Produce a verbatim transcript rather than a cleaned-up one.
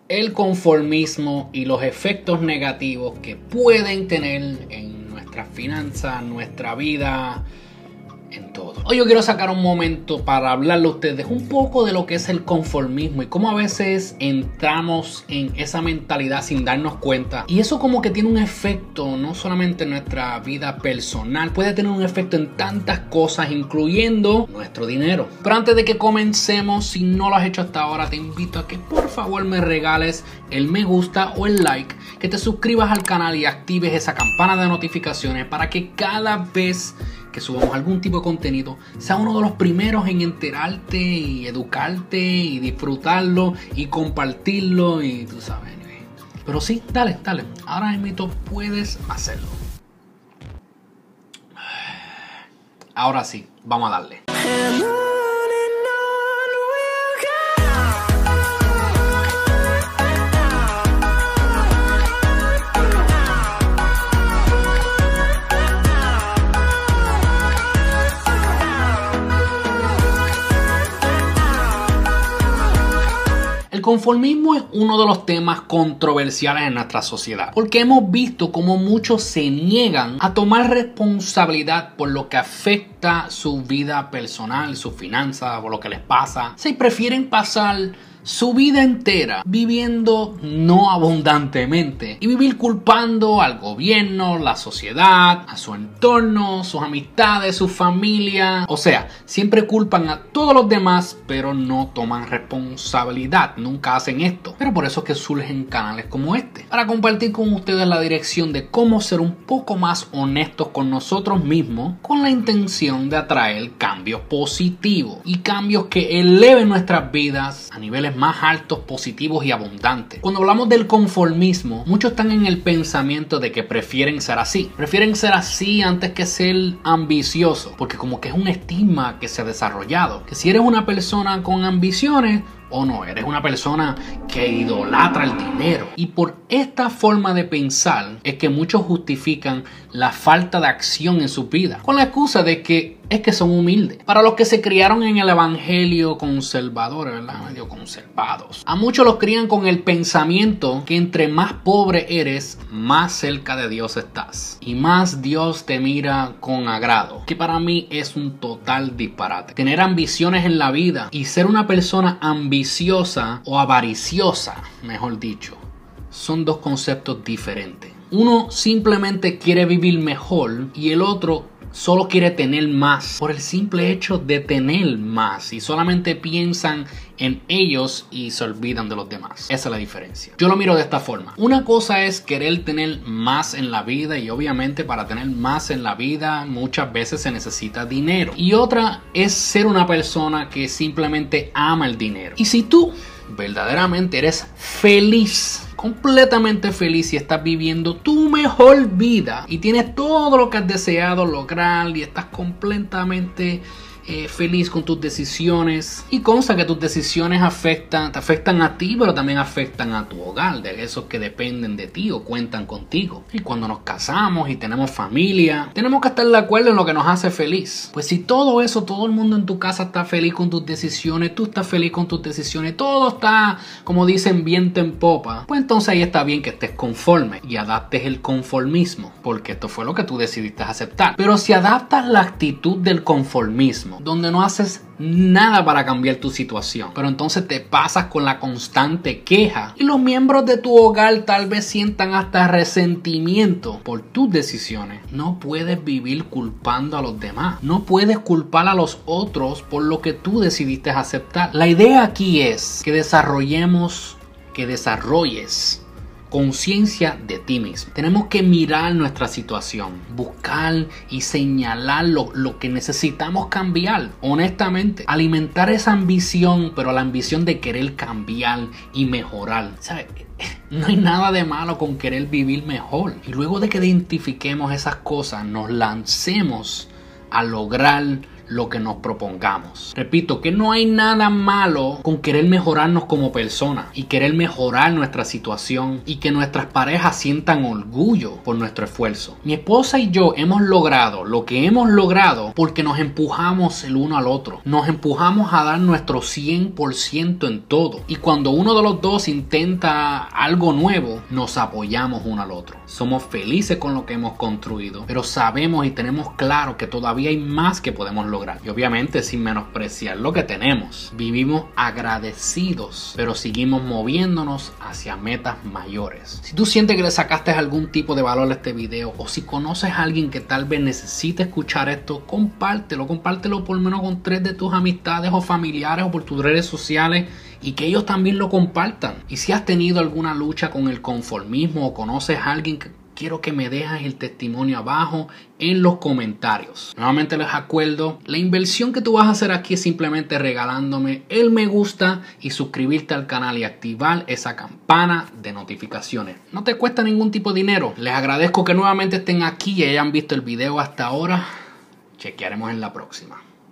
el conformismo y los efectos negativos que pueden tener en nuestras finanzas, nuestra vida, en todo. Hoy yo quiero sacar un momento para hablarle a ustedes un poco de lo que es el conformismo y cómo a veces entramos en esa mentalidad sin darnos cuenta. Y eso como que tiene un efecto no solamente en nuestra vida personal, puede tener un efecto en tantas cosas, incluyendo nuestro dinero. Pero antes de que comencemos, si no lo has hecho hasta ahora, te invito a que por favor me regales el me gusta o el like, que te suscribas al canal y actives esa campana de notificaciones para que cada vez que subamos algún tipo de contenido sea uno de los primeros en enterarte y educarte y disfrutarlo y compartirlo y tú sabes. Pero sí, dale, dale. Ahora mismo puedes hacerlo. Ahora sí, vamos a darle. El conformismo es uno de los temas controversiales en nuestra sociedad, porque hemos visto cómo muchos se niegan a tomar responsabilidad por lo que afecta su vida personal, sus finanzas, por lo que les pasa. Se prefieren pasar su vida entera viviendo no abundantemente y vivir culpando al gobierno, la sociedad, a su entorno, sus amistades, su familia. O sea, siempre culpan a todos los demás, pero no toman responsabilidad. Nunca hacen esto. Pero por eso es que surgen canales como este, para compartir con ustedes la dirección de cómo ser un poco más honestos con nosotros mismos, con la intención de atraer cambios positivos y cambios que eleven nuestras vidas a niveles más altos, positivos y abundantes. Cuando hablamos del conformismo, muchos están en el pensamiento de que prefieren ser así. Prefieren ser así antes que ser ambiciosos, porque como que es un estigma que se ha desarrollado. Que si eres una persona con ambiciones, o no, eres una persona que idolatra el dinero. Y por esta forma de pensar es que muchos justifican la falta de acción en su vida con la excusa de que es que son humildes. Para los que se criaron en el evangelio conservador, ¿verdad? Medio conservados. A muchos los crían con el pensamiento que entre más pobre eres, más cerca de Dios estás. Y más Dios te mira con agrado. Que para mí es un total disparate. Tener ambiciones en la vida y ser una persona ambiciosa o avariciosa, mejor dicho, son dos conceptos diferentes. Uno simplemente quiere vivir mejor y el otro solo quiere tener más por el simple hecho de tener más y solamente piensan en ellos y se olvidan de los demás. Esa es la diferencia. Yo lo miro de esta forma. Una cosa es querer tener más en la vida y obviamente para tener más en la vida muchas veces se necesita dinero. Y otra es ser una persona que simplemente ama el dinero. Y si tú verdaderamente eres feliz, completamente feliz y estás viviendo tu mejor vida y tienes todo lo que has deseado lograr y estás completamente eh, feliz con tus decisiones y consta que tus decisiones afectan, te afectan a ti, pero también afectan a tu hogar, de esos que dependen de ti o cuentan contigo. Y cuando nos casamos y tenemos familia, tenemos que estar de acuerdo en lo que nos hace feliz. Pues si todo eso, todo el mundo en tu casa está feliz con tus decisiones, tú estás feliz con tus decisiones, todo está, como dicen, viento en popa, pues entonces ahí está bien que estés conforme y adaptes el conformismo, porque esto fue lo que tú decidiste aceptar. Pero si adaptas la actitud del conformismo, donde no haces nada para cambiar tu situación, pero entonces te pasas con la constante queja y los miembros de tu hogar tal vez sientan hasta resentimiento por tus decisiones. No puedes vivir culpando a los demás, no puedes culpar a los otros por lo que tú decidiste aceptar. La idea aquí es que desarrollemos, que desarrolles conciencia de ti mismo. Tenemos que mirar nuestra situación, buscar y señalar lo, lo que necesitamos cambiar. Honestamente, alimentar esa ambición, pero la ambición de querer cambiar y mejorar. ¿Sabes? No hay nada de malo con querer vivir mejor. Y luego de que identifiquemos esas cosas, nos lancemos a lograr lo que nos propongamos. Repito, que no hay nada malo con querer mejorarnos como personas y querer mejorar nuestra situación y que nuestras parejas sientan orgullo por nuestro esfuerzo. Mi esposa y yo hemos logrado lo que hemos logrado porque nos empujamos el uno al otro. Nos empujamos a dar nuestro cien por ciento en todo. Y cuando uno de los dos intenta algo nuevo, nos apoyamos uno al otro. Somos felices con lo que hemos construido, pero sabemos y tenemos claro que todavía hay más que podemos lograr. Y obviamente sin menospreciar lo que tenemos. Vivimos agradecidos, pero seguimos moviéndonos hacia metas mayores. Si tú sientes que le sacaste algún tipo de valor a este video, o si conoces a alguien que tal vez necesite escuchar esto, compártelo, compártelo por lo menos con tres de tus amistades o familiares o por tus redes sociales y que ellos también lo compartan. Y si has tenido alguna lucha con el conformismo o conoces a alguien que quiero que me dejes el testimonio abajo en los comentarios. Nuevamente les acuerdo, la inversión que tú vas a hacer aquí es simplemente regalándome el me gusta y suscribirte al canal y activar esa campana de notificaciones. No te cuesta ningún tipo de dinero. Les agradezco que nuevamente estén aquí y hayan visto el video hasta ahora. Chequearemos en la próxima.